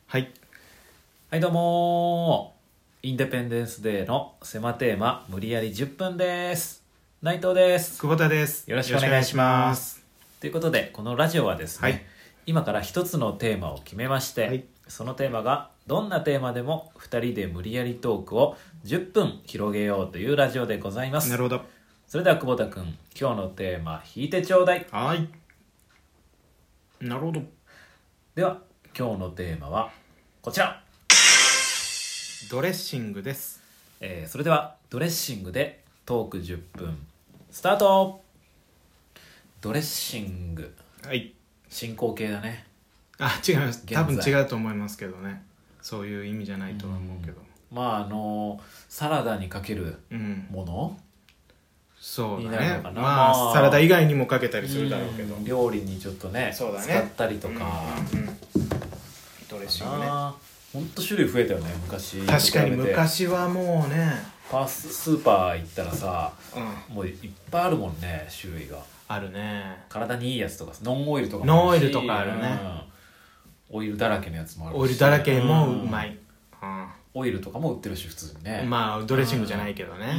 はいはいどうもインデペンデンスデーの狭テーマ無理やり10分です。内藤です。 久保田です。 よろしくお願いします。ということでこのラジオはですね、 はい、 今から一つのテーマを決めまして、 はい、 そのテーマがどんなテーマでも2人で無理やりトークを10分広げようというラジオでございます。 なるほど。 それでは久保田くん、今日のテーマ引いてちょうだい。 はい、なるほど。 では今日のテーマはこちら、 ドレッシングです。 それではドレッシングでトーク10分スタート。ドレッシング、 はい、 進行形だね。 違います。 現在多分違うと思いますけどね。そういう意味じゃないとは思うけど、 まあサラダにかけるもの、 そうだね。 になるのかな。 まあサラダ以外にもかけたりするだろうけど、 料理にちょっとね、 そうだね、 使ったりとか、 ドレッシングね。 ほんと種類増えたよね昔。 確かに昔はもうね、 スーパー行ったらさ、もういっぱいあるもんね、種類が。 あるね。 体にいいやつとかノンオイルとかノンオイルとかあるね、 オイルだらけのやつもあるし、 オイルだらけもうまい、 オイルとかも売ってるし普通にね。 まあドレッシングじゃないけどね。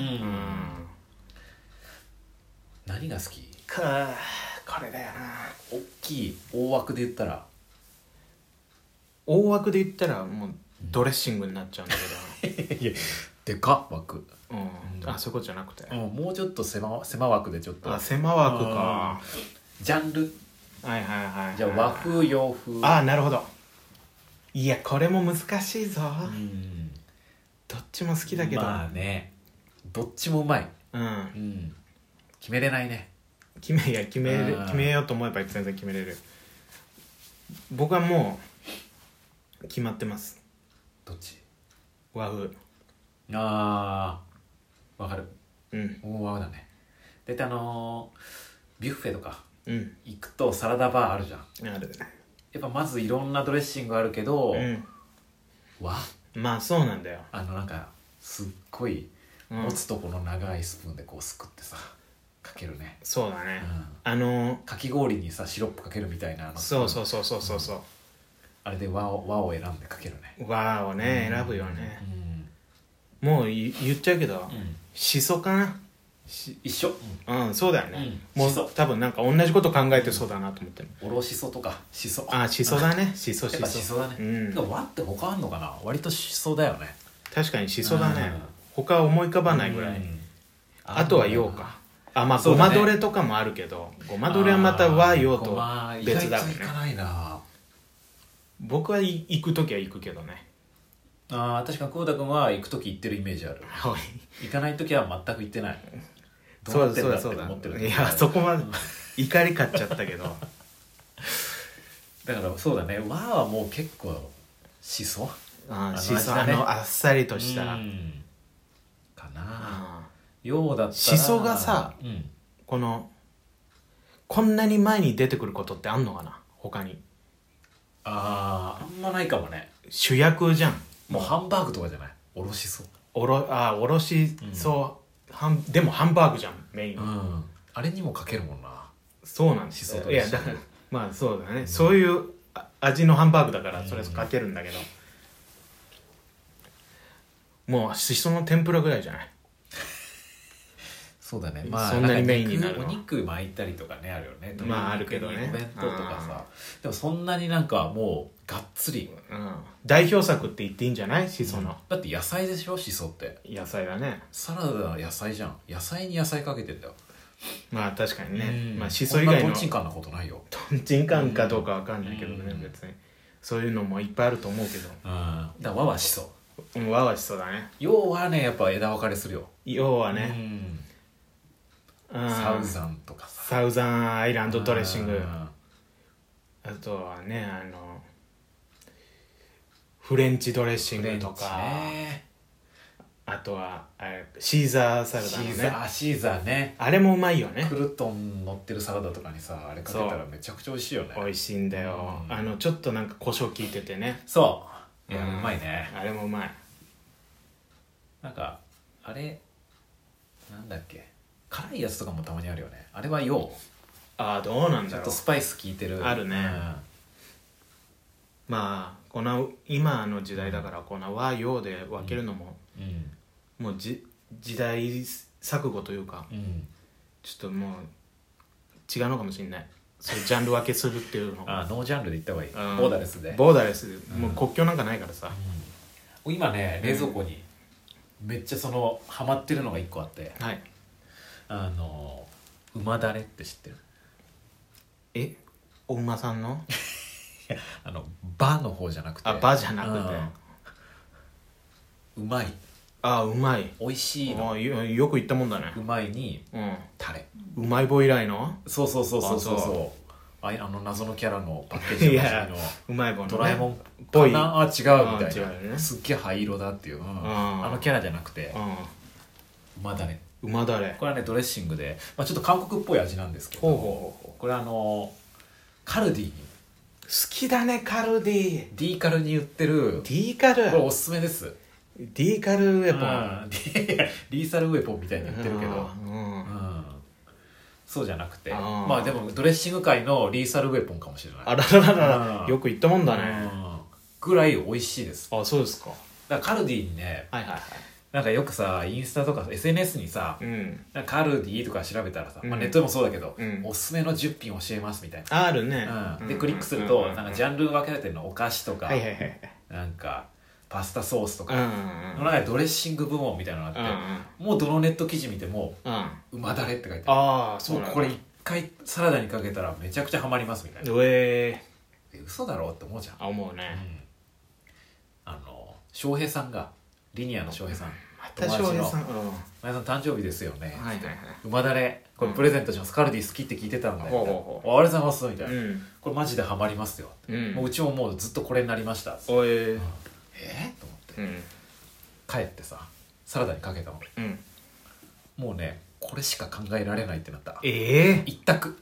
何が好き？ これだよな。 大きい大枠で言ったら、 大枠で言ったらもうドレッシングになっちゃうんだけいやでかっ枠、 ど、そういうことじゃなくて、 もうちょっと狭枠でちょっと、 狭枠か。 ジャンル、 はいはいはい。 じゃあ和風洋風。 なるほど。いやこれも難しいぞ。どっちも好きだけど、 まあね、どっちもうまい。決めれないね。 決めようと思えば全然決めれる。僕はもう決まってます。 どっち？ 和風。 わかる。和だね。でビュッフェとか行くとサラダバーあるじゃん。 あるね。 やっぱまずいろんなドレッシングあるけど、和、 まあそうなんだよ。 なんかすっごい持つとこの長いスプーンでこうすくってさかけるね。 そうだね。 かき氷にさシロップかけるみたいなそう、 あれで和を選んでかけるね。 和をね、選ぶよね。もう言っちゃうけど、しそかな。 一緒。 そうだよね。もう多分なんか同じこと考えてそうだなと思ってる。 おろしそとかしそ。 しそだね。しそやっぱしそだね。和って他あんのかな。割としそだよね。 確かにしそだね。他は思い浮かばないぐらい。あとは洋か。まあごまどれとかもあるけど、ごまどれはまた和洋と別だもんね。 意外といかないな。 僕は行く時は行くけどね。 確かに久保田君は行く時行ってるイメージある。行かない時は全く行ってない。どうなってんだって思ってる。 いやそこまで怒り買っちゃったけどだからそうだね、和はもう結構しそ、 しそ、あっさりとしたかな。洋だったらしそがさ、こんなに前に出てくることってあんのかな、他に。あんまないかもね。 主役じゃん。 もうハンバーグとかじゃない、おろしそ。 おろしそ、でもハンバーグじゃんメイン。 あれにもかけるもんな。 そうなんですよ。いやだからまあそうだね、そういう味のハンバーグだからそれかけるんだけど、もうしその天ぷらぐらいじゃない。 そうだね。 そんなにメインになるお肉巻いたりとかね、あるよね。 あるけどね。 お弁当とかさ。でもそんなになんかもうがっつり、 代表作って言っていいんじゃない、しその。 だって野菜でしょ、しそって。 野菜だね。 サラダは野菜じゃん。野菜に野菜かけてんだよ。 まあ確かにね。まあしそ以外のトンチンカンなことないよ。 トンチンカンかどうかわかんないけどね、別にそういうのもいっぱいあると思うけど。 だから和はしそ。 和はしそだね。 洋はね、やっぱ枝分かれするよ。 洋はね、 サウザンとかさ、 サウザンアイランドドレッシング。あとはね、フレンチドレッシングとか、あとはシーザーサラダのね。 シーザーね。 あれもうまいよね。 クルトン乗ってるサラダとかにさ、あれかけたらめちゃくちゃ美味しいよね。 美味しいんだよ。ちょっとなんか胡椒効いててね。 そう、うまいね。 あれもうまい。 なんかあれなんだっけ、辛いやつとかもたまにあるよね。あれは洋。 どうなんだろう。 ちょっとスパイス効いてる。 あるね。まあこの今の時代だからこの和洋で分けるのも、もう時代錯誤というか、ちょっともう違うのかもしれない。そういうジャンル分けするっていうのがノージャンルで言った方がいい、ボーダレスで。 ボーダレスで、もう国境なんかないからさ、 今ね冷蔵庫にめっちゃハマってるのが1個あって、 はい、 馬だれって知ってる？ お馬さんのバの方じゃなくて、 バじゃなくて、 うまい、 うまい、 美味しいの、 よく言ったもんだね。 うまいに、タレ、 うまい棒以来の、 そう謎のキャラのパッケージのうまい棒の、 ドラえもんっぽい、違うみたいな、すっげえ灰色だっていう、キャラじゃなくて、馬だれ、これはねドレッシングで、ちょっと韓国っぽい味なんですけど、これカルディに、 好きだねカルディ、 Dカルに売ってる、 D カル、 これおすすめです。 D カルウェポン、 リーサルウェポンみたいに言ってるけど、そうじゃなくて、でもドレッシング界のリーサルウェポンかもしれない。 あらららら、よく言ったもんだね。 ぐらい美味しいです。 そうですか。 だからカルディにね、なんかよくさインスタとか SNS にさ、なんかカルディとか調べたらさ、ネットでもそうだけど、おすすめの10品教えますみたいなあるね。 でクリックするとなんかジャンル分けられてるの、お菓子とか、なんかパスタソースとかの中でドレッシング部門みたいなのがあって、もうどのネット記事見ても馬だれって書いてある。もうこれ一回サラダにかけたらめちゃくちゃハマりますみたいな。嘘だろって思うじゃん。 思うね。 翔平さんが、リニアの翔平さん、 翔平さん、 前さん誕生日ですよね、馬だれこれプレゼントします、カルディ好きって聞いてたんで、ありがとうございますみたいな、これマジでハマりますよ、もううちももうずっとこれになりました、と思って帰ってさサラダにかけたの、もうねこれしか考えられないってなった。一択、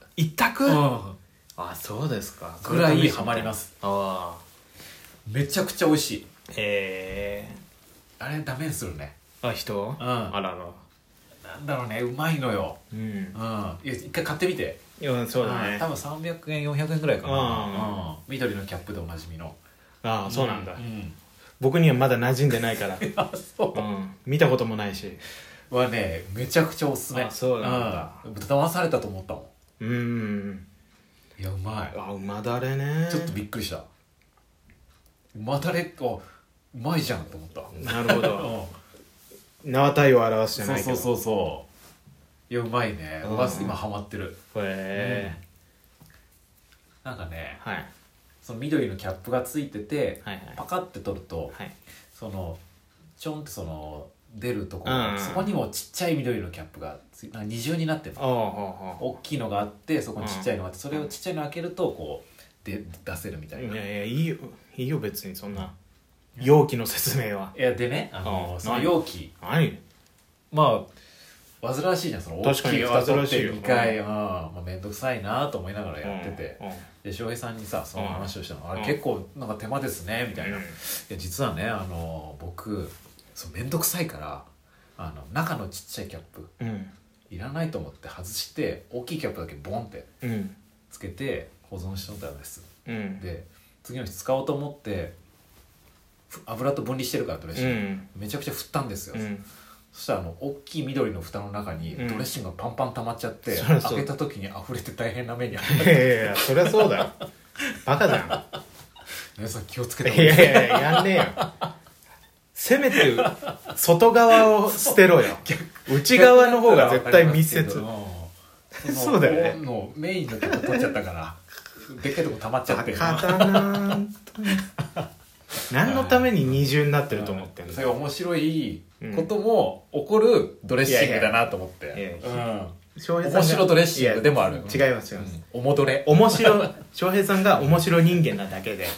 そうですか。 ぐらいハマります。めちゃくちゃ美味しい。あれダメにするね。 人？あらら。 なんだろうね、うまいのよ。一回買ってみて。 そうだね。 多分300円400円ぐらいかな。緑のキャップでおなじみの。 そうなんだ。僕にはまだ馴染んでないから。見たこともないし。 はね、めちゃくちゃおすすめ。 そうなんだ。 騙されたと思ったもん。 いや、うまい。 馬だれね。 ちょっとびっくりした。馬だれうまいじゃんと思った。 なるほど。縄体を表すじゃないけど。 そういや、うまいね。今ハマってる。なんかね、その緑のキャップがついてて、パカって取ると、ちょんって出るところ、そこにもちっちゃい緑のキャップが二重になってるの。大きいのがあって、そこにちっちゃいのがあって、それをちっちゃいの開けるとこう出せるみたいな。 いいよ別にそんな容器の説明は。 でね、その容器、煩わしいじゃん、その大きい蓋取って2回、めんどくさいなと思いながらやってて、で翔平さんにさその話をしたの、あれ結構なんか手間ですねみたいな。実はね、僕めんどくさいから中のちっちゃいキャップいらないと思って外して、大きいキャップだけボンってつけて保存しておいたんです。で次の日使おうと思って油と分離してるからドレッシング、めちゃくちゃ振ったんですよ。そしたら大きい緑の蓋の中にドレッシングがパンパン溜まっちゃって、開けた時に溢れて大変な目に遭った。 いやそりゃそうだよ、バカじゃん。 皆さん気をつけて。 やんねえよ。せめて外側を捨てろよ。内側の方が絶対密接。そうだよね。 もうメインのとこ取っちゃったからでっかいとこ溜まっちゃって。 バカだな。何のために二重になってると思ってんの。 そういう面白いことも起こるドレッシングだなと思って。面白ドレッシングでもある。 違いますよ。 おもどれ。 翔平さんが面白人間なだけで。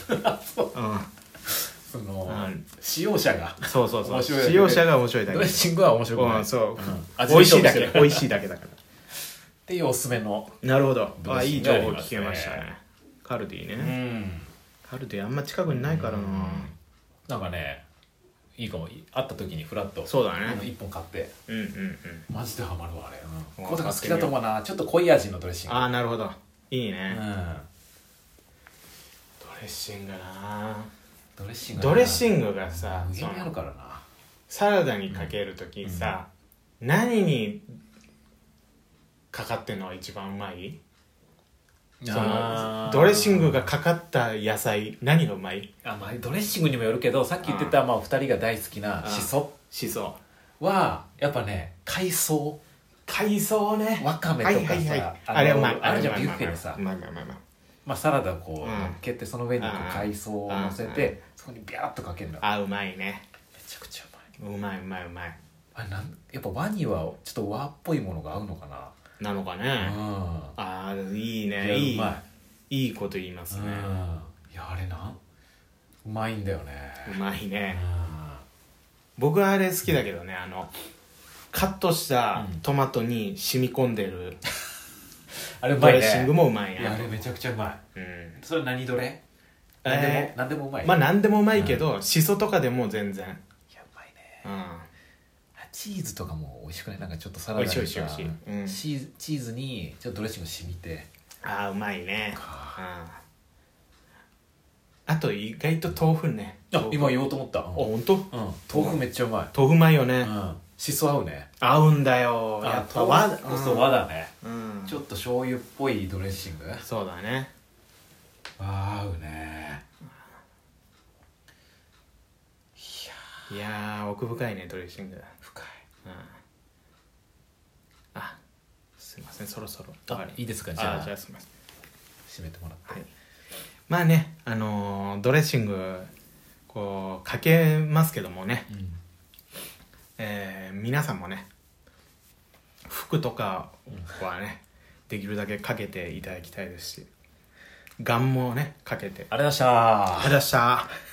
使用者が。 使用者が面白いだけ。 ドレッシングは面白くない。 美味しいだけ。美味しいだけだから。 っていうおすすめの。 なるほど。いい情報聞けましたね。カルディね。カルディあんま近くにないからな。 なんかね、いいかも。会った時にフラッとそうだね 1本買って、マジでハマるわあれ。コタが好きだと思うな。ちょっと濃い味のドレッシング。 なるほど、いいね。ドレッシングな。 ドレッシングがさ、 無限にあるからな。 サラダにかけるときさ、何にかかってんのが一番うまい？そのドレッシングがかかった野菜何がうまい？ まあ、ドレッシングにもよるけど、さっき言ってたまあ2人が大好きなしそはやっぱね、海藻ね、わかめとかさ、あれうまい、あるじゃんビュッフェでさ、まあサラダをこう乗っけて、その上にこう海藻を乗せて、そこにビャーっとかけるの。 うまいね、 めちゃくちゃうまい。 やっぱ和にはちょっと和っぽいものが合うのかな。 なのかね。いいね、いいこと言いますね。 いや、あれうまいんだよね。 うまいね。僕はあれ好きだけどね、カットしたトマトに染み込んでるあれうまいね。 ドレッシングもうまいね。 いや、あれめちゃくちゃうまい。それ何どれ？何でもうまい。 まあ何でもうまいけど、しそとかでも全然。 いや、うまいね。チーズとかも美味しくない？なんかちょっとサラダにさ、 美味しい。 チーズにちょっとドレッシング染みて。 うまいね。あと意外と豆腐ね。 今言おうと思った。 本当？ 豆腐めっちゃうまい。 豆腐うまいよね。 しそ合うね。 合うんだよ。やっぱ和だね。ちょっと醤油っぽいドレッシング。 そうだね。 合うね。 いや奥深いね、ドレッシング。 深い。 すいません、そろそろ。 いいですか？じゃあすいません、 締めてもらって。 まあね、ドレッシングこうかけますけどもね、皆さんもね、服とかはね、できるだけかけていただきたいですし、ガンもねかけて。 ありがとうございました。 ありがとうございました。